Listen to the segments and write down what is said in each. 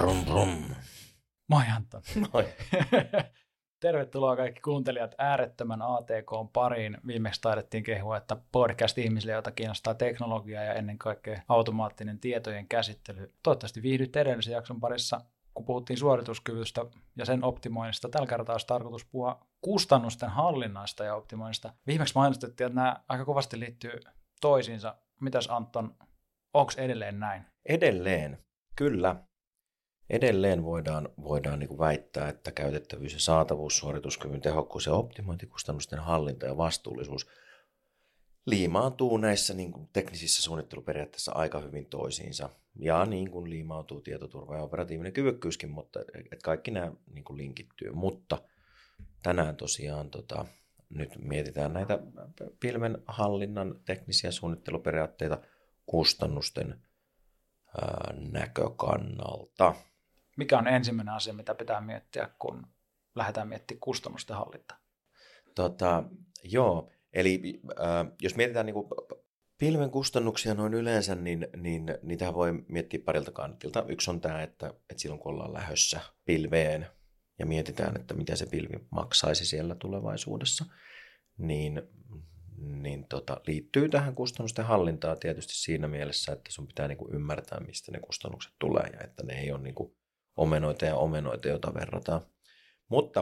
Brum brum. Moi Anton. Moi. Tervetuloa kaikki kuuntelijat äärettömän ATK:n pariin. Viimeksi taidettiin kehua, että podcast-ihmisille, jota kiinnostaa teknologia ja ennen kaikkea automaattinen tietojen käsittely. Toivottavasti viihdytte edellisen jakson parissa, kun puhuttiin suorituskyvystä ja sen optimoinnista. Tällä kertaa olisi tarkoitus puhua kustannusten hallinnasta ja optimoinnista. Viimeksi mainittiin, että nämä aika kovasti liittyy toisiinsa. Mitäs Anton, onko edelleen näin? Edelleen, kyllä. Edelleen voidaan niin kuin väittää, että käytettävyys ja saatavuus, suorituskyvyn tehokkuus ja optimointikustannusten hallinta ja vastuullisuus liimaantuu näissä niin kuin teknisissä suunnitteluperiaatteissa aika hyvin toisiinsa. Ja niin kuin liimautuu tietoturva ja operatiivinen kyvykkyyskin, mutta että kaikki nämä niin kuin linkittyy. Mutta tänään tosiaan nyt mietitään näitä pilven hallinnan teknisiä suunnitteluperiaatteita kustannusten näkökannalta. Mikä on ensimmäinen asia, mitä pitää miettiä, kun lähdetään miettimään kustannusten hallintaa? Joo, eli jos mietitään niin kuin pilven kustannuksia noin yleensä, niin niitä voi miettiä parilta kantilta. Yksi on tämä, että silloin kun ollaan lähdössä pilveen ja mietitään, että mitä se pilvi maksaisi siellä tulevaisuudessa, niin liittyy tähän kustannusten hallintaan tietysti siinä mielessä, että sun pitää niinku ymmärtää, mistä ne kustannukset tulee ja että ne ei ole niinku omenoita, joita verrataan. Mutta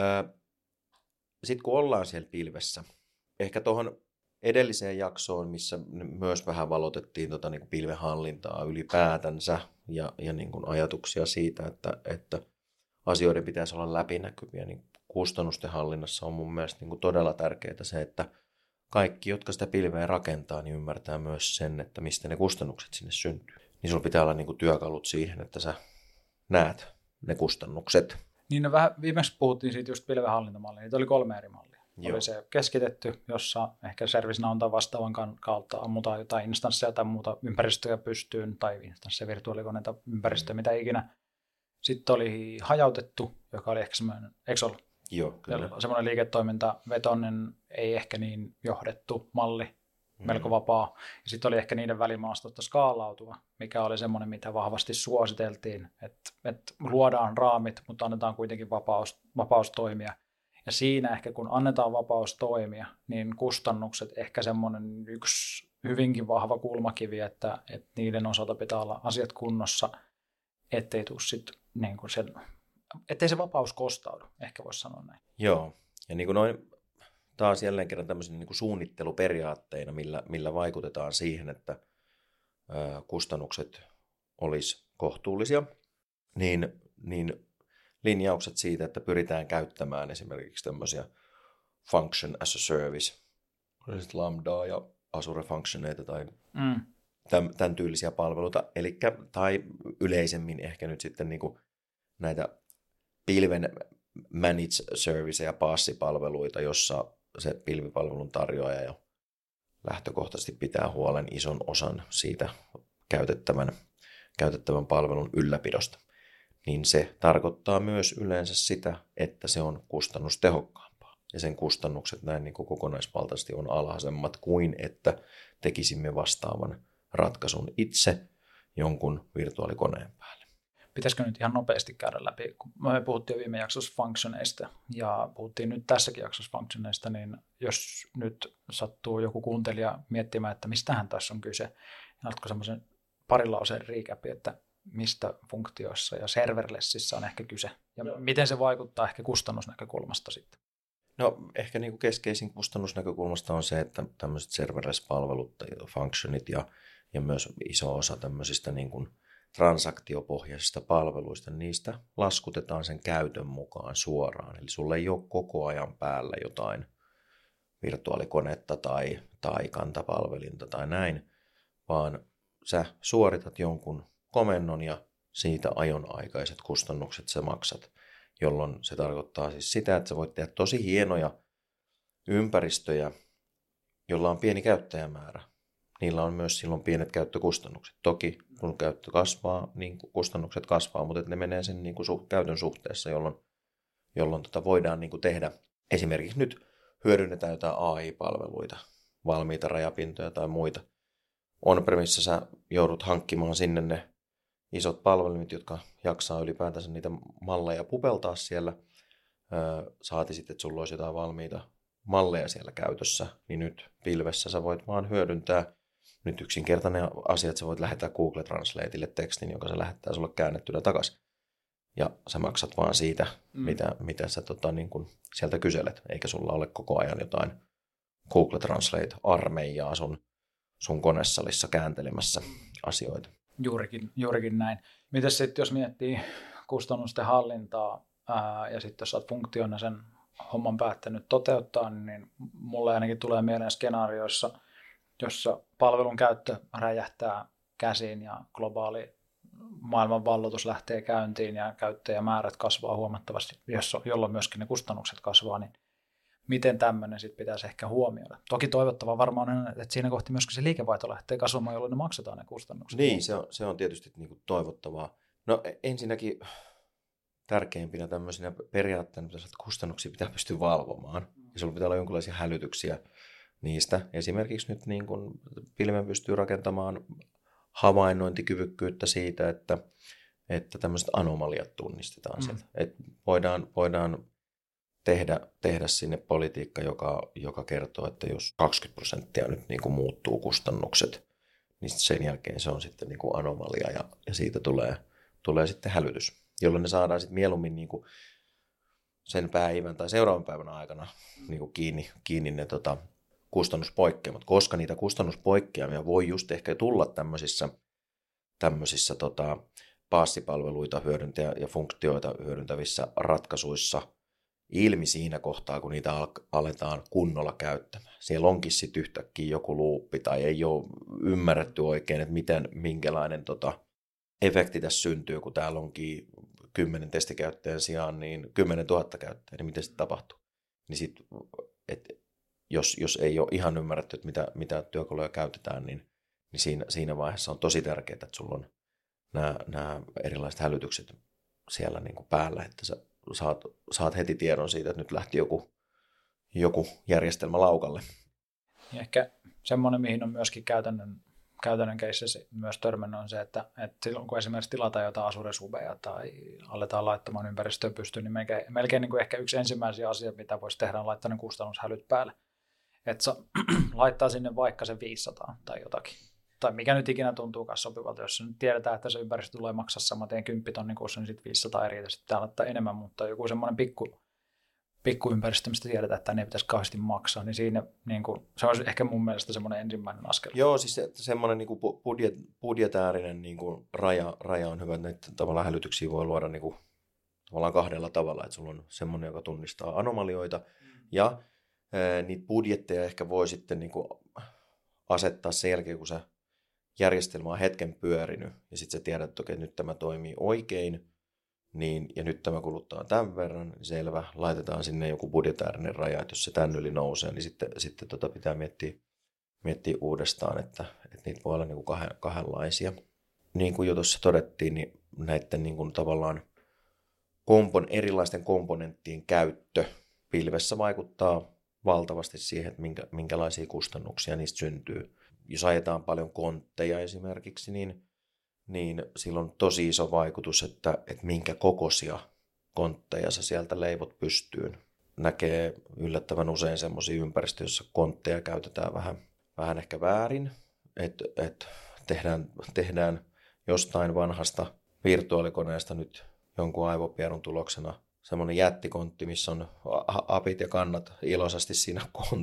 sitten kun ollaan siellä pilvessä, ehkä tuohon edelliseen jaksoon, missä myös vähän valotettiin niinku pilvenhallintaa ylipäätänsä ja niinku ajatuksia siitä, että asioiden pitäisi olla läpinäkyviä, niin kustannusten hallinnassa on mun mielestä niinku todella tärkeää se, että kaikki, jotka sitä pilveä rakentaa, niin ymmärtää myös sen, että mistä ne kustannukset sinne syntyy. Niin sulla pitää olla niinku työkalut siihen, että sä näet ne kustannukset. Niin no viimeksi puhuttiin siitä just pilvenhallintamallia. Niitä oli 3 eri mallia. Joo. Oli se keskitetty, jossa ehkä ServiceNown vastaavan kautta ammutaan jotain instansseja tai muuta ympäristöjä pystyyn, tai instansseja, virtuaalikoneita, ympäristöjä, mitä ikinä. Sitten oli hajautettu, joka oli ehkä semmoinen, eikö ollut? Joo, kyllä. Semmoinen liiketoimintavetoinen, ei ehkä niin johdettu malli, melko vapaa. Ja sitten oli ehkä niiden välimaastosta skaalautuva, mikä oli semmoinen, mitä vahvasti suositeltiin, että luodaan raamit, mutta annetaan kuitenkin vapaus toimia. Ja siinä ehkä kun annetaan vapaus toimia, niin kustannukset ehkä semmoinen yksi hyvinkin vahva kulmakivi, että niiden osalta pitää olla asiat kunnossa, ettei tule sitten niin kuin sen... Ettei se vapaus kostaudu, ehkä voisi sanoa näin. Joo, ja niin kuin noin taas jälleen kerran tämmöisen niin kuin suunnitteluperiaatteina, millä vaikutetaan siihen, että kustannukset olisi kohtuullisia, niin linjaukset siitä, että pyritään käyttämään esimerkiksi tämmöisiä function as a service, Lambdaa ja Azure Functioneita tai tämän tyylisiä palveluita, tai yleisemmin ehkä nyt sitten niin kuin näitä pilven managed service- ja PaaS-palveluita, jossa se pilvipalvelun tarjoaja jo lähtökohtaisesti pitää huolen ison osan siitä käytettävän palvelun ylläpidosta. Niin se tarkoittaa myös yleensä sitä, että se on kustannustehokkaampaa. Ja sen kustannukset näin niin kuin kokonaisvaltaisesti on alhaisemmat kuin että tekisimme vastaavan ratkaisun itse jonkun virtuaalikoneen päälle. Pitäisikö nyt ihan nopeasti käydä läpi, kun me puhuttiin jo viime jaksossa functioneista ja puhuttiin nyt tässäkin jaksossa functioneista, niin jos nyt sattuu joku kuuntelija miettimään, että mistähän tässä on kyse, niin oletko semmoisen parin lauseen recapin, että mistä funktioissa ja serverlessissä on ehkä kyse ja miten se vaikuttaa ehkä kustannusnäkökulmasta sitten? No ehkä niin kuin keskeisin kustannusnäkökulmasta on se, että tämmöiset serverless-palvelut, functionit ja myös iso osa tämmöisistä niin kuin transaktiopohjaisista palveluista, niistä laskutetaan sen käytön mukaan suoraan. Eli sulla ei ole koko ajan päällä jotain virtuaalikonetta tai kantapalvelinta tai näin, vaan sä suoritat jonkun komennon ja siitä ajonaikaiset kustannukset sä maksat, jolloin se tarkoittaa siis sitä, että sä voit tehdä tosi hienoja ympäristöjä, jolla on pieni käyttäjämäärä. Niillä on myös silloin pienet käyttökustannukset. Toki kun käyttö kasvaa, niin kustannukset kasvaa, mutta ne menee sen niin kuin käytön suhteessa, jolloin voidaan niin kuin tehdä. Esimerkiksi nyt hyödynnetään jotain AI-palveluita, valmiita rajapintoja tai muita. On-premissa sä joudut hankkimaan sinne ne isot palvelimit, jotka jaksaa ylipäätänsä niitä malleja pupeltaa siellä. Saati sitten, että sulla olisi jotain valmiita malleja siellä käytössä, niin nyt pilvessä sä voit vaan hyödyntää nyt yksinkertainen asia, että sä voit lähettää Google Translateille tekstin, joka se lähettää sulle käännettynä takaisin. Ja sä maksat vaan siitä, mitä sä niin kun sieltä kyselet, eikä sulla ole koko ajan jotain Google Translate-armeijaa sun konesalissa kääntelemässä asioita. Juurikin näin. Mites sitten, jos miettii kustannusten hallintaa ja sitten jos olet funktiona sen homman päättänyt toteuttaa, niin mulle ainakin tulee mieleen skenaarioissa, jossa palvelun käyttö räjähtää käsiin ja globaali maailman valloitus lähtee käyntiin ja käyttäjämäärät kasvaa huomattavasti, jolloin myöskin ne kustannukset kasvaa, niin miten tämmöinen sitten pitäisi ehkä huomioida? Toki toivottavaa varmaan on, että siinä kohti myöskin se liikevaihto lähtee kasvamaan, jolloin ne maksetaan ne kustannukset. Niin, se on tietysti niin kuin toivottavaa. No ensinnäkin tärkeimpinä tämmöisinä periaatteena, että kustannuksia pitää pystyä valvomaan. Ja sulla pitää olla jonkinlaisia hälytyksiä niistä. Esimerkiksi nyt niin kun pilven pystyy rakentamaan havainnointikyvykkyyttä siitä, että tämmöiset anomaliat tunnistetaan sieltä. Että voidaan tehdä sinne politiikka, joka kertoo, että jos 20% nyt niin kuin muuttuu kustannukset, niin sen jälkeen se on sitten niin kuin anomalia ja siitä tulee sitten hälytys, jolloin ne saadaan sitten mieluummin niin kuin sen päivän tai seuraavan päivän aikana niin kuin kiinni ne kustannuspoikkeamat, koska niitä kustannuspoikkeamia voi just ehkä tulla tämmöisissä paassipalveluita ja funktioita hyödyntävissä ratkaisuissa ilmi siinä kohtaa, kun niitä aletaan kunnolla käyttämään. Siellä onkin sitten yhtäkkiä joku luuppi tai ei ole ymmärretty oikein, että minkälainen efekti tässä syntyy, kun täällä onkin 10 testikäyttäjän sijaan niin 10 000 käyttäjää, niin miten se tapahtuu? Niin sit, jos ei ole ihan ymmärretty, että mitä työkaluja käytetään, niin siinä vaiheessa on tosi tärkeää, että sulla on nämä erilaiset hälytykset siellä niin kuin päällä, että sä saat heti tiedon siitä, että nyt lähti joku järjestelmä laukalle. Ja ehkä semmoinen, mihin on myöskin käytännön keisseissä myös törmännyt, on se, että silloin kun esimerkiksi tilataan jotain Azure-subeja tai aletaan laittamaan ympäristöön pystyyn, niin melkein niin kuin ehkä yksi ensimmäisiä asioita, mitä voisi tehdä, on laittaa ne kustannushälyt päälle. Että laittaa sinne vaikka se 500 tai jotakin. Tai mikä nyt ikinä tuntuukaan sopivalta, jos nyt tiedetään, että se ympäristö tulee maksaa saman tien 10 000 kuussa, niin sitten 500 eri, ja sitten laittaa enemmän, mutta joku semmoinen pikku ympäristö, mistä tiedetään, että ne ei pitäisi kauheasti maksaa, niin siinä niin kuin, se olisi ehkä mun mielestä semmoinen ensimmäinen askel. Joo, siis semmoinen niin kuin budjetäärinen niin kuin raja on hyvä, että näitä tavallaan hälytyksiä voi luoda niin kuin, tavallaan kahdella tavalla, että sulla on semmoinen, joka tunnistaa anomalioita, ja niitä budjetteja ehkä voi sitten niin kuin asettaa sen jälkeen, kun se järjestelmä on hetken pyörinyt, ja sitten sä tiedät, että okei, nyt tämä toimii oikein, niin, ja nyt tämä kuluttaa tämän verran, niin selvä, laitetaan sinne joku budjetäärinen raja, että jos se tämän yli nousee, niin sitten pitää miettiä uudestaan, että niitä voi olla niin kuin kahdenlaisia. Niin kuin jo tuossa todettiin, niin näiden niin kuin tavallaan erilaisten komponenttien käyttö pilvessä vaikuttaa valtavasti siihen, että minkälaisia kustannuksia niistä syntyy. Jos ajetaan paljon kontteja esimerkiksi, niin sillä on tosi iso vaikutus, että minkä kokoisia kontteja sä sieltä leivot pystyyn. Näkee yllättävän usein semmoisia ympäristöjä, joissa kontteja käytetään vähän ehkä väärin. Että tehdään jostain vanhasta virtuaalikoneesta nyt jonkun aivopierun tuloksena semmoinen jättikontti, missä on apit ja kannat iloisesti siinä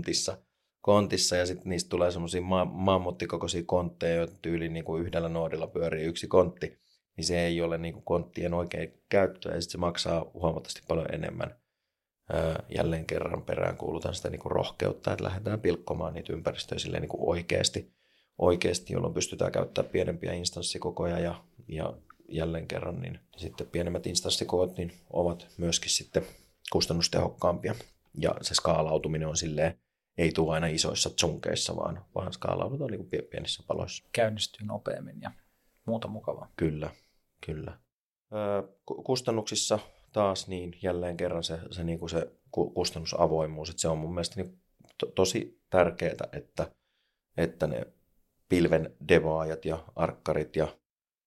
kontissa ja sitten niistä tulee semmoisia mammuttikokoisia kontteja, joita tyyliin niin kuin yhdellä noodilla pyörii yksi kontti, niin se ei ole niin kuin konttien oikein käyttöä ja sitten se maksaa huomattavasti paljon enemmän. Jälleen kerran perään kuulutaan sitä niin kuin rohkeutta, että lähdetään pilkkomaan niitä ympäristöjä silleen niin kuin oikeasti, jolloin pystytään käyttämään pienempiä instanssikokoja ja jälleen kerran niin sitten pienemmät instanssikoot niin ovat myöskin sitten kustannustehokkaampia ja se skaalautuminen on silleen, ei tule aina isoissa chunkeissa, vaan skaalaudutaan niin kuin pienissä paloissa. Käynnistyy nopeammin ja muuta mukavaa. Kyllä. Kustannuksissa taas niin jälleen kerran se, niin kuin se kustannusavoimuus, että se on mun mielestä niin tosi tärkeää, että ne pilven devaajat ja arkkarit ja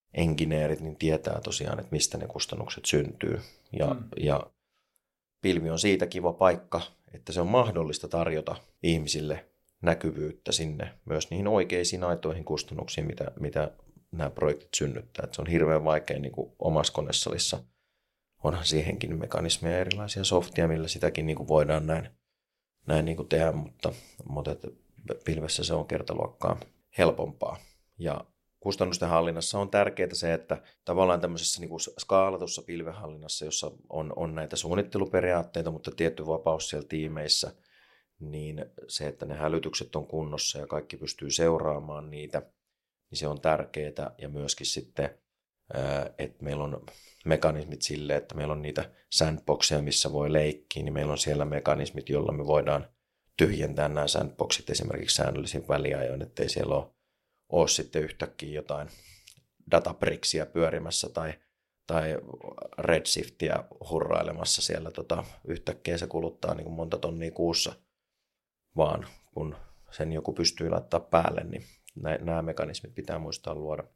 engineerit niin tietää tosiaan, että mistä ne kustannukset syntyy. Ja pilvi on siitä kiva paikka, että se on mahdollista tarjota ihmisille näkyvyyttä sinne myös niihin oikeisiin aitoihin kustannuksiin, mitä nämä projektit synnyttää. Että se on hirveän vaikea niin kuin omassa konesalissa. Onhan siihenkin mekanismeja, erilaisia softia, millä sitäkin niin kuin voidaan näin niin kuin tehdä, mutta pilvessä se on kertaluokkaa helpompaa. Ja kustannusten hallinnassa on tärkeää se, että tavallaan tämmöisessä niin kuin skaalatussa pilvehallinnassa, jossa on näitä suunnitteluperiaatteita, mutta tietty vapaus siellä tiimeissä, niin se, että ne hälytykset on kunnossa ja kaikki pystyy seuraamaan niitä, niin se on tärkeää. Ja myöskin sitten, että meillä on mekanismit sille, että meillä on niitä sandboxeja, missä voi leikkiä, niin meillä on siellä mekanismit, joilla me voidaan tyhjentää nämä sandboxit esimerkiksi säännöllisin väliajoin, ettei siellä ole sitten yhtäkkiä jotain databricksia pyörimässä tai Redshiftiä hurrailemassa siellä. Yhtäkkiä se kuluttaa niin kuin monta tonnia kuussa, vaan kun sen joku pystyy laittaa päälle, niin nämä mekanismit pitää muistaa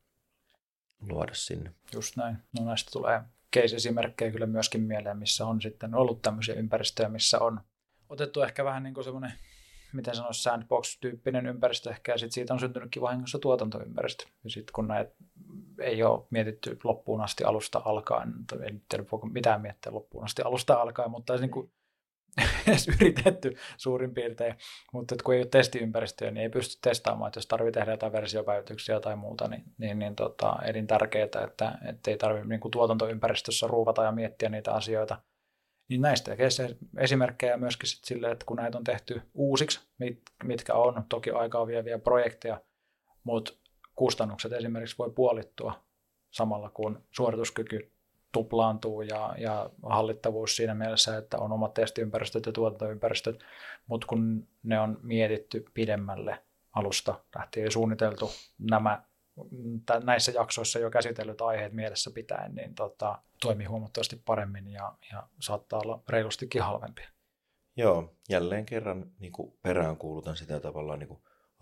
luoda sinne. Just näin. No näistä tulee case-esimerkkejä kyllä myöskin mieleen, missä on sitten ollut tämmöisiä ympäristöjä, missä on otettu ehkä vähän niin kuin semmoinen, miten sanoisi, sandbox-tyyppinen ympäristö ehkä, ja sitten siitä on syntynytkin vahingossa tuotantoympäristö. Ja sitten kun näitä ei ole mietitty loppuun asti alusta alkaen, ei nyt tiedä voiko mitään miettiä loppuun asti alusta alkaen, mutta olisi niin kuin edes yritetty suurin piirtein, mutta kun ei ole testiympäristöä, niin ei pysty testaamaan, että jos tarvitsee tehdä jotain versiopäivityksiä tai muuta, niin elintärkeää, että ei tarvitse niin kuin tuotantoympäristössä ruuvata ja miettiä niitä asioita. Niin näistä esimerkkejä myöskin sit sille, että kun näitä on tehty uusiksi, mitkä on toki aikaa vieviä projekteja, mutta kustannukset esimerkiksi voi puolittua samalla kun suorituskyky tuplaantuu ja hallittavuus siinä mielessä, että on omat testiympäristöt ja tuotantoympäristöt, mutta kun ne on mietitty pidemmälle alusta lähtien ja suunniteltu näissä jaksoissa jo käsitellyt aiheet mielessä pitäen, niin toimii huomattavasti paremmin ja saattaa olla reilustikin halvempia. Joo, jälleen kerran niin kuin peräänkuulutan sitä tavallaan niin kuin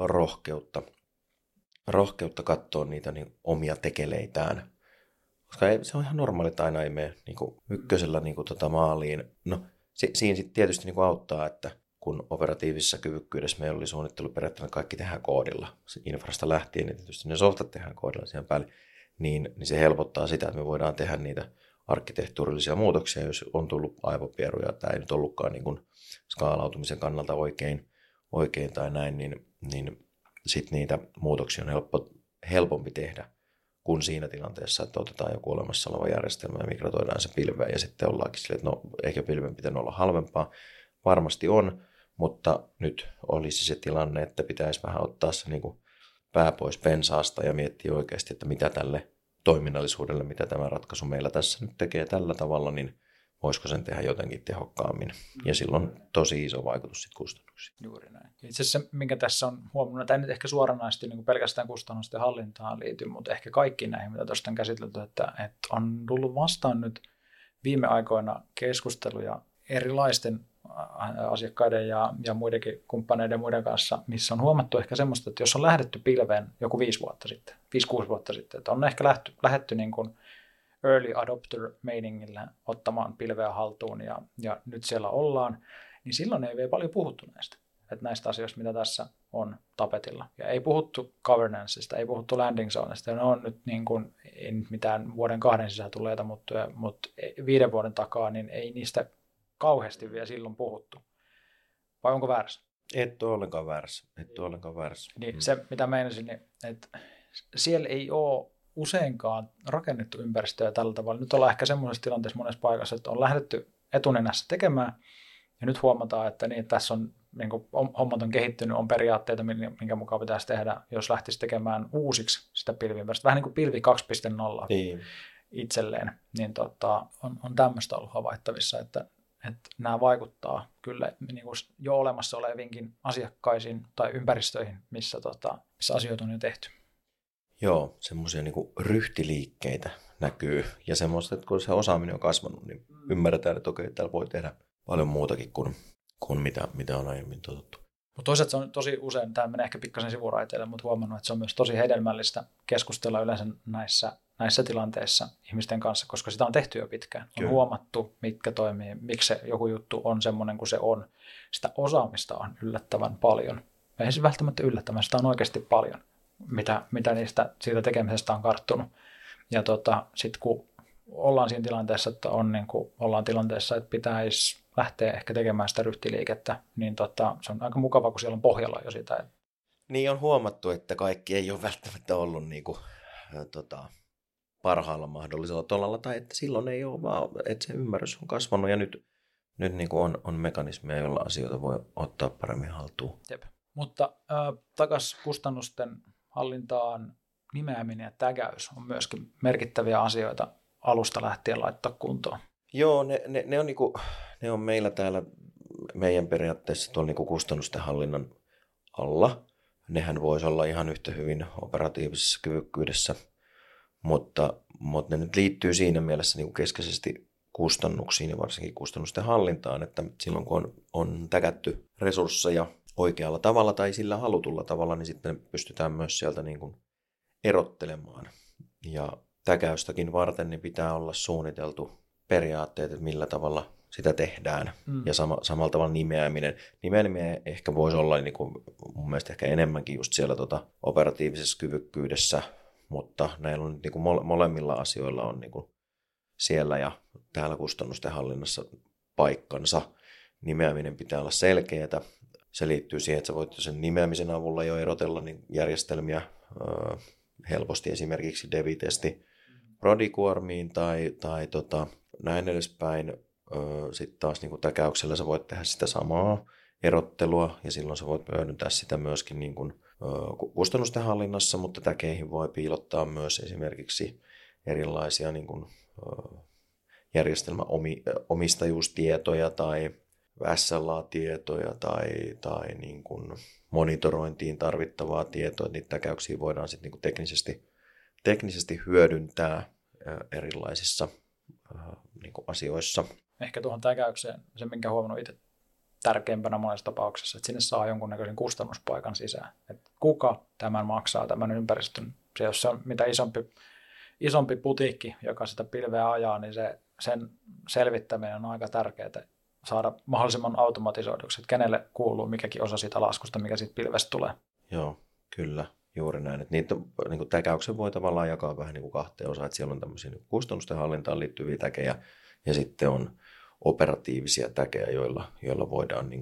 rohkeutta katsoa niitä niin omia tekeleitään. Koska se on ihan normaali, että aina ei mene niin kuin ykkösellä niin kuin maaliin. No, siinä sitten tietysti niin kuin auttaa, että kun operatiivisessa kyvykkyydessä meillä oli suunnitteluperiaatteena kaikki tehdään koodilla, infrasta lähtien, niin tietysti ne softat tehdään koodilla siihen päälle, niin se helpottaa sitä, että me voidaan tehdä niitä arkkitehtuurillisia muutoksia, jos on tullut aivopieruja, tai ei nyt ollutkaan niin kuin skaalautumisen kannalta oikein tai näin, niin sitten niitä muutoksia on helpompi tehdä kuin siinä tilanteessa, että otetaan joku olemassa oleva järjestelmä ja migratoidaan se pilveen ja sitten ollaankin silleen, että no eikö pilven pitänyt olla halvempaa. Varmasti on, mutta nyt olisi se tilanne, että pitäisi vähän ottaa se niin kuin pää pois pensaasta ja miettiä oikeasti, että mitä tälle toiminnallisuudelle, mitä tämä ratkaisu meillä tässä nyt tekee tällä tavalla, niin voisiko sen tehdä jotenkin tehokkaammin. Ja silloin on tosi iso vaikutus sitten kustannuksiin. Juuri näin. Itse asiassa, minkä tässä on huomannut, että ei nyt ehkä suoranaisesti niin kuin pelkästään kustannusten hallintaan liity, mutta ehkä kaikki näihin, mitä tuosta on käsitelty, että on tullut vastaan nyt viime aikoina keskusteluja erilaisten asiakkaiden ja muidenkin kumppaneiden ja muiden kanssa, missä on huomattu ehkä semmoista, että jos on lähdetty pilveen joku 5-6 vuotta sitten, että on ehkä lähdetty niin kuin early adopter-meiningillä ottamaan pilveä haltuun ja nyt siellä ollaan, niin silloin ei vielä paljon puhuttu näistä asioista, mitä tässä on tapetilla. Ja ei puhuttu governanceista, ei puhuttu landing zoneista. Ne on nyt niin kuin, ei nyt mitään vuoden 2 sisään tulleita, mutta 5 vuoden takaa, niin ei niistä kauheasti vielä silloin puhuttu. Vai onko väärässä? Et ole ollenkaan väärässä. Niin se, mitä meinasin, niin, että siellä ei ole useinkaan rakennettu ympäristöä tällä tavalla. Nyt ollaan ehkä semmoisessa tilanteessa monessa paikassa, että on lähdetty etunenässä tekemään, ja nyt huomataan, että niin, tässä on, niin kuin hommat on kehittynyt, on periaatteita, minkä mukaan pitäisi tehdä, jos lähtisi tekemään uusiksi sitä pilviympäristöä. Vähän niin kuin pilvi 2.0 itselleen, niin on tämmöistä ollut havaittavissa, että nämä vaikuttaa kyllä niin kuin jo olemassa olevinkin asiakkaisiin tai ympäristöihin, missä asioita on jo tehty. Joo, semmoisia niin kuin ryhtiliikkeitä näkyy ja semmoista, että kun se osaaminen on kasvanut, niin ymmärretään, että okei, täällä voi tehdä paljon muutakin kuin mitä on aiemmin totuttu. Mutta toisaalta se on tosi usein, tämä menee ehkä pikkasen sivuraiteille, mutta huomannut, että se on myös tosi hedelmällistä keskustella yleensä näissä näissä tilanteissa ihmisten kanssa, koska sitä on tehty jo pitkään. On Kyllä. huomattu, mitkä toimii, miksi se joku juttu on semmoinen kuin se on. Sitä osaamista on yllättävän paljon. Ei se välttämättä yllättävän, sitä on oikeasti paljon, mitä siitä tekemisestä on karttunut. Ja sitten kun ollaan siinä tilanteessa, että ollaan tilanteessa, että pitäisi lähteä ehkä tekemään sitä ryhtiliikettä, niin se on aika mukava, kun siellä on pohjalla jo sitä. Niin on huomattu, että kaikki ei ole välttämättä ollut parhaalla mahdollisella tolalla, tai että silloin ei ole vaan, että se ymmärrys on kasvanut, ja nyt on mekanismeja, joilla asioita voi ottaa paremmin haltuun. Jep. Mutta takaisin kustannusten hallintaan, nimeäminen ja tägäys on myöskin merkittäviä asioita alusta lähtien laittaa kuntoon. Joo, ne on meillä täällä meidän periaatteessa tuolla kustannusten hallinnan alla. Nehän voisi olla ihan yhtä hyvin operatiivisessa kyvykkyydessä, mutta ne nyt liittyy siinä mielessä keskeisesti kustannuksiin ja varsinkin kustannusten hallintaan, että silloin kun on tägätty resursseja oikealla tavalla tai sillä halutulla tavalla, niin sitten pystytään myös sieltä erottelemaan. Ja tägäystäkin varten niin pitää olla suunniteltu periaatteet, että millä tavalla sitä tehdään. Ja samalla tavalla nimeäminen. Nimeäminen ehkä voisi olla mun mielestä ehkä enemmänkin just siellä operatiivisessa kyvykkyydessä, mutta näillä on molemmilla asioilla on siellä ja täällä kustannusten hallinnassa paikkansa. Nimeäminen pitää olla selkeätä. Se liittyy siihen, että sä voit sen nimeämisen avulla jo erotella järjestelmiä helposti, esimerkiksi Devitesti prodikuormiin tai näin edespäin. Sitten taas täkäyksellä sä voit tehdä sitä samaa erottelua, ja silloin sä voit hyödyntää sitä myöskin kustannusten hallinnassa, mutta täkeihin voi piilottaa myös esimerkiksi erilaisia järjestelmäomistajuustietoja tai SLA-tietoja tai monitorointiin tarvittavaa tietoa. Niitä täkäyksiä voidaan sitten teknisesti hyödyntää erilaisissa asioissa. Ehkä tuohon täkäykseen se, minkä huomannut itse tärkeimpänä monessa tapauksessa, että sinne saa jonkunnäköisen kustannuspaikan sisään. Että kuka tämän maksaa, tämän ympäristön. Se, jos se on mitä isompi putiikki, joka sitä pilveä ajaa, niin sen selvittäminen on aika tärkeää saada mahdollisimman automatisoiduksi, että kenelle kuuluu mikäkin osa siitä laskusta, mikä siitä pilvestä tulee. Joo, kyllä. Juuri näin. Että niitä täkäyksen voi tavallaan jakaa vähän kahteen osaan, että siellä on tämmöisiä kustannusten hallintaan liittyviä täkejä ja sitten on operatiivisia täkejä, joilla voidaan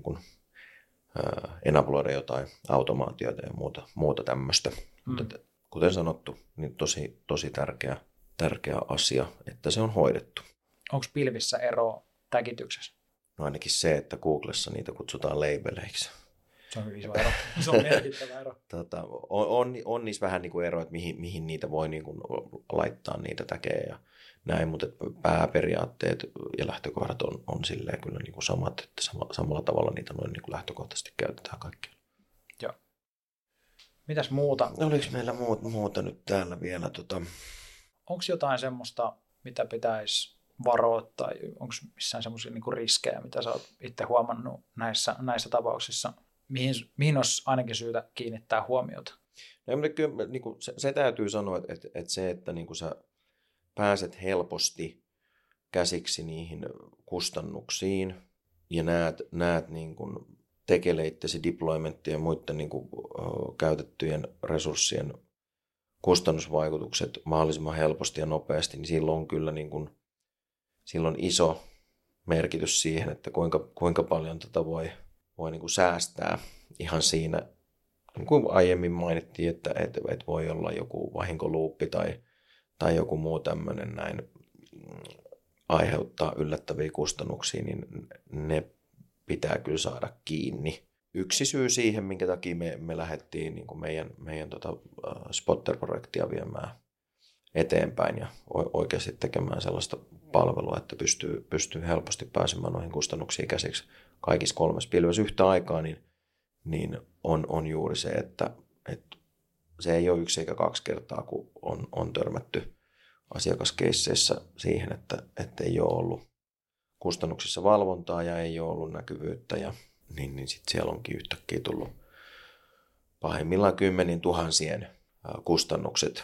enabuloida jotain automaatioita ja muuta tämmöistä. Mutta kuten sanottu, niin tosi tärkeä asia, että se on hoidettu. Onko pilvissä eroa tägityksessä? No ainakin se, että Googlessa niitä kutsutaan labeleiksi. Se on iso ero. Se on merkittävä ero. On niissä vähän ero, että mihin niitä voi laittaa niitä täkejä ja näin, mutta pääperiaatteet ja lähtökohdat on silleen kyllä samat, että samalla tavalla niitä noin lähtökohtaisesti käytetään kaikkea. Joo. Mitäs muuta? Oliko meillä muuta nyt täällä vielä? Onko jotain semmoista, mitä pitäisi varoa tai onko missään semmoisia riskejä, mitä sä oot itse huomannut näissä tapauksissa? Mihin olisi ainakin syytä kiinnittää huomiota? No, kyllä, se täytyy sanoa, että se, että sä pääset helposti käsiksi niihin kustannuksiin ja näet tekeleittesi deploymenttien ja muiden käytettyjen resurssien kustannusvaikutukset mahdollisimman helposti ja nopeasti, niin silloin on kyllä silloin iso merkitys siihen, että kuinka paljon tätä voi säästää ihan siinä, niin kuin aiemmin mainittiin, että voi olla joku vahinkoluuppi tai joku muu tämmöinen näin aiheuttaa yllättäviä kustannuksia, niin ne pitää kyllä saada kiinni. Yksi syy siihen, minkä takia me lähdettiin meidän Spotter-projektia viemään eteenpäin ja oikeasti tekemään sellaista palvelua, että pystyy helposti pääsemään noihin kustannuksiin käsiksi kaikissa 3 pilvessä yhtä aikaa, niin on juuri se, että se ei ole 1 eikä 2 kertaa, kun on törmätty asiakaskeisseissä siihen, että ei ole ollut kustannuksissa valvontaa ja ei ole ollut näkyvyyttä, ja niin sitten siellä onkin yhtäkkiä tullut pahimmillaan 10 000 kustannukset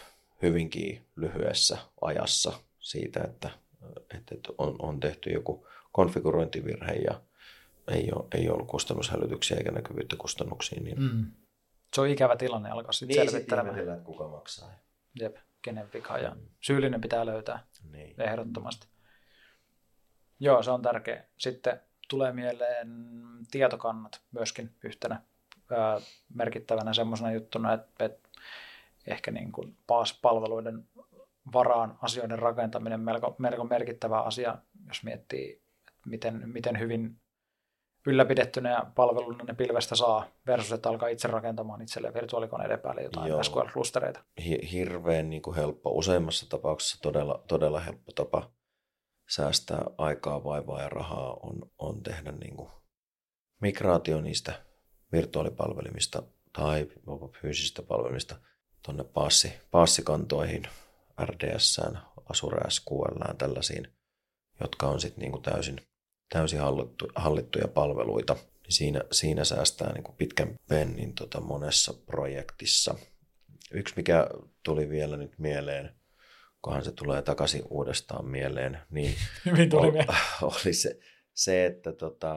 hyvinkin lyhyessä ajassa siitä, että on tehty joku konfigurointivirhe ja ei ollut kustannushälytyksiä eikä näkyvyyttä kustannuksiin. Niin... Se on ikävä tilanne alkaa sitten selvittelemään. Niin, että kuka maksaa. Jep, kenen vika ja syyllinen pitää löytää ehdottomasti. Joo, se on tärkeä. Sitten tulee mieleen tietokannat myöskin yhtenä merkittävänä semmoisena juttuna, että ehkä niin kuin PaaS-palveluiden varaan asioiden rakentaminen melko merkittävä asia, jos miettii, miten hyvin ylläpidettynä ja palveluna ne pilvestä saa versus, että alkaa itse rakentamaan itselleen virtuaalikoneiden päälle jotain SQL-klustereita. Hirveän niin kuin helppo, useimmassa tapauksessa todella helppo tapa säästää aikaa, vaivaa ja rahaa on tehdä niin kuin migraatio niistä virtuaalipalvelimista tai fyysisistä palvelimista tuonne PaaS-kantoihin, RDS:ään, Azure SQL:ään, tällaisiin, jotka on sitten niin kuin täysin hallittuja palveluita. Siinä säästää niin kuin pitkän pennin monessa projektissa. Yksi, mikä tuli vielä nyt mieleen, kunhan se tulee takaisin uudestaan mieleen, niin oli se, että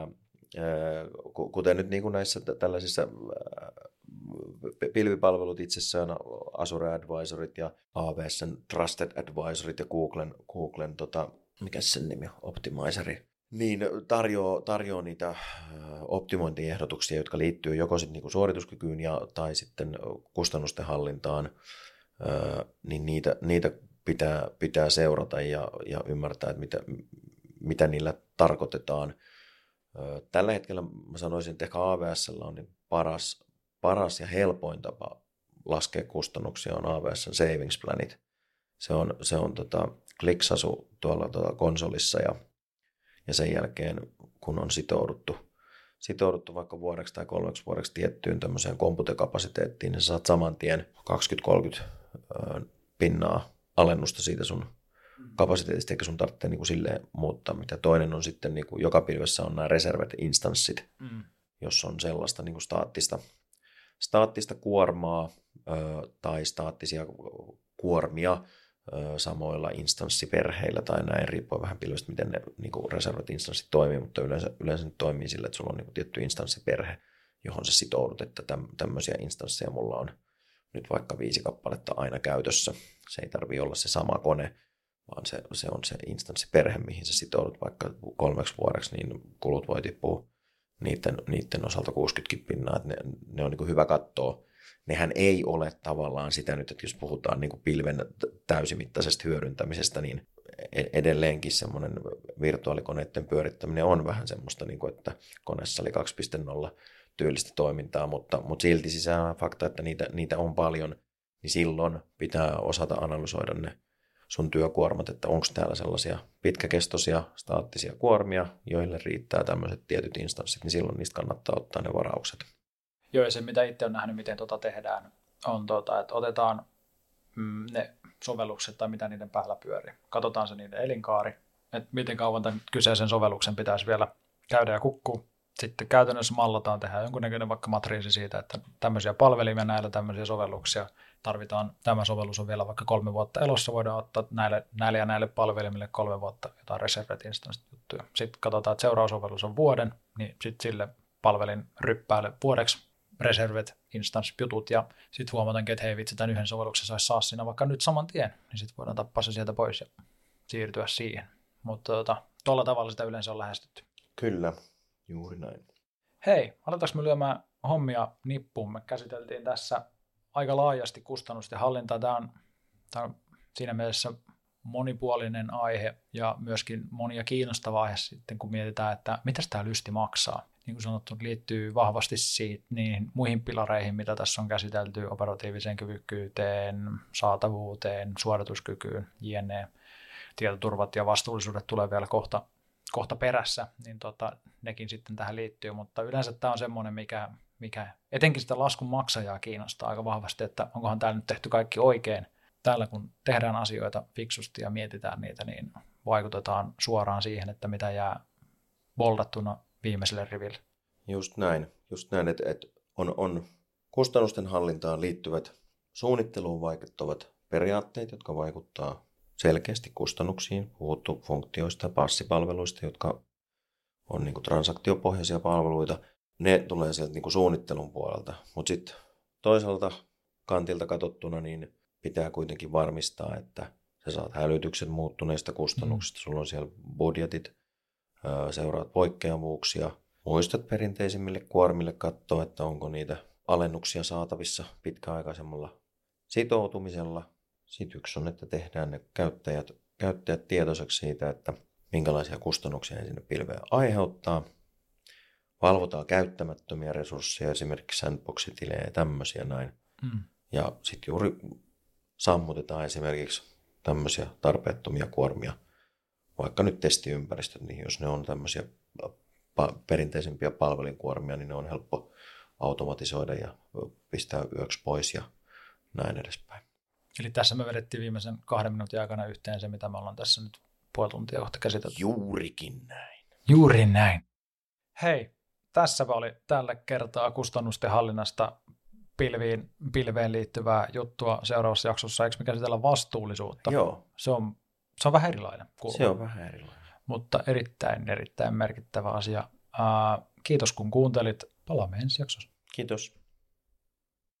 kuten nyt niin kuin näissä tällaisissa pilvipalvelut itsessään, Azure Advisorit ja AWS:n Trusted Advisorit ja Googlen mikä sen nimi on, Optimizeri, niin tarjoaa niitä optimointiehdotuksia, jotka liittyy joko sitten niinku suorituskykyyn tai sitten kustannusten hallintaan, niin niitä pitää seurata ja ymmärtää, että mitä niillä tarkoitetaan. Tällä hetkellä mä sanoisin, että ehkä AWS:llä on niin paras ja helpoin tapa laskea kustannuksia on AWS:n savings planit. Se on kliksasu tuolla konsolissa ja sen jälkeen, kun on sitouduttu vaikka vuodeksi tai 3 vuodeksi tiettyyn tämmöiseen komputekapasiteettiin, niin sä saat saman tien 20-30 pinnaa alennusta siitä sun kapasiteetista, eikä sun tarvitse niin kuin silleen muuttaa mitä. Toinen on sitten, niin kuin joka pilvessä on nämä reserved-instanssit, jos on sellaista niin kuin staattista kuormaa tai staattisia kuormia samoilla instanssiperheillä tai näin, riippuen vähän pilvestä, miten ne niin kuin reserved instanssit toimii, mutta yleensä ne toimii sillä, että sulla on niin kuin tietty instanssiperhe, johon sä sitoudut, että tämmöisiä instansseja mulla on nyt vaikka 5 kappaletta aina käytössä. Se ei tarvitse olla se sama kone, vaan se on se instanssiperhe, mihin sä sitoudut vaikka 3 vuodeksi, niin kulut voi tippua niiden osalta 60 pinnaa, että ne on niin kuin hyvä katsoa. Nehän ei ole tavallaan sitä nyt, että jos puhutaan niin kuin pilven täysimittaisesta hyödyntämisestä, niin edelleenkin semmoinen virtuaalikoneiden pyörittäminen on vähän semmoista, niin kuin, että koneessa oli 2.0 tyylistä toimintaa, mutta silti sisään fakta, että niitä on paljon, niin silloin pitää osata analysoida ne sun työkuormat, että onko täällä sellaisia pitkäkestoisia staattisia kuormia, joille riittää tämmöiset tietyt instanssit, niin silloin niistä kannattaa ottaa ne varaukset. Joo, ja se mitä itse olen nähnyt, miten tehdään, on, että otetaan ne sovellukset tai mitä niiden päällä pyörii. Katsotaan se niiden elinkaari, että miten kauan tämän kyseisen sovelluksen pitäisi vielä käydä ja kukkua. Sitten käytännössä mallataan, tehdään jonkunnäköinen vaikka matriisi siitä, että tämmöisiä palvelimia näillä tämmöisiä sovelluksia tarvitaan. Tämä sovellus on vielä vaikka 3 vuotta elossa, voidaan ottaa näille ja näille palvelimille 3 vuotta jotain reserved instanssi-juttuja. Sitten katsotaan, että seuraava sovellus on vuoden, niin sitten sille palvelin ryppäälle vuodeksi reserved instanssi-jutut ja sitten huomataan, että hei vitsi, tämän yhden sovelluksen saisi saa siinä vaikka nyt saman tien, niin sitten voidaan tappaa se sieltä pois ja siirtyä siihen. Mutta tuolla tavalla sitä yleensä on lähestytty. Kyllä. Juuri näin. Hei, aletaanko me lyömään hommia nippuun? Me käsiteltiin tässä aika laajasti kustannusten hallintaa. Tämä on siinä mielessä monipuolinen aihe ja myöskin monia kiinnostava aihe sitten, kun mietitään, että mitä tämä lysti maksaa. Niin kuin sanottu, liittyy vahvasti niihin muihin pilareihin, mitä tässä on käsitelty, operatiiviseen kyvykkyyteen, saatavuuteen, suorituskykyyn, jne. Tietoturvat ja vastuullisuudet tulee vielä kohta perässä, niin nekin sitten tähän liittyy, mutta yleensä tämä on semmoinen, mikä etenkin sitä laskun maksajaa kiinnostaa aika vahvasti, että onkohan täällä nyt tehty kaikki oikein. Täällä kun tehdään asioita fiksusti ja mietitään niitä, niin vaikutetaan suoraan siihen, että mitä jää boldattuna viimeiselle riville. Just näin, että on kustannusten hallintaan liittyvät suunnitteluun vaikuttavat periaatteet, jotka vaikuttaa selkeästi kustannuksiin. Puhuttu funktioista ja passipalveluista, jotka on niin kuin transaktiopohjaisia palveluita. Ne tulee sieltä niin kuin suunnittelun puolelta. Mutta sitten toisaalta kantilta katsottuna niin pitää kuitenkin varmistaa, että sä saat hälytykset muuttuneista kustannuksista. Sulla on siellä budjetit, seuraat poikkeavuuksia. Muistat perinteisimmille kuormille katsoa, että onko niitä alennuksia saatavissa pitkäaikaisemmalla sitoutumisella. Sitten yksi on, että tehdään ne käyttäjät tietoiseksi siitä, että minkälaisia kustannuksia ne sinne pilveen aiheuttaa. Valvotaan käyttämättömiä resursseja, esimerkiksi sandbox-tilejä ja tämmöisiä näin. Ja sitten juuri sammutetaan esimerkiksi tämmöisiä tarpeettomia kuormia, vaikka nyt testiympäristöt, niin jos ne on tämmöisiä perinteisempiä palvelinkuormia, niin ne on helppo automatisoida ja pistää yöksi pois ja näin edespäin. Eli tässä me vedettiin viimeisen 2 minuutin aikana yhteen se, mitä me ollaan tässä nyt puoli tuntia kohta käsitelty. Juurikin näin. Juuri näin. Hei, tässäpä oli tällä kertaa kustannusten hallinnasta pilveen liittyvää juttua. Seuraavassa jaksossa eikö me käsitellä vastuullisuutta? Joo. Se on vähän erilainen kulma. Se on vähän erilainen. Mutta erittäin merkittävä asia. Kiitos kun kuuntelit. Palaamme ensi jaksossa. Kiitos.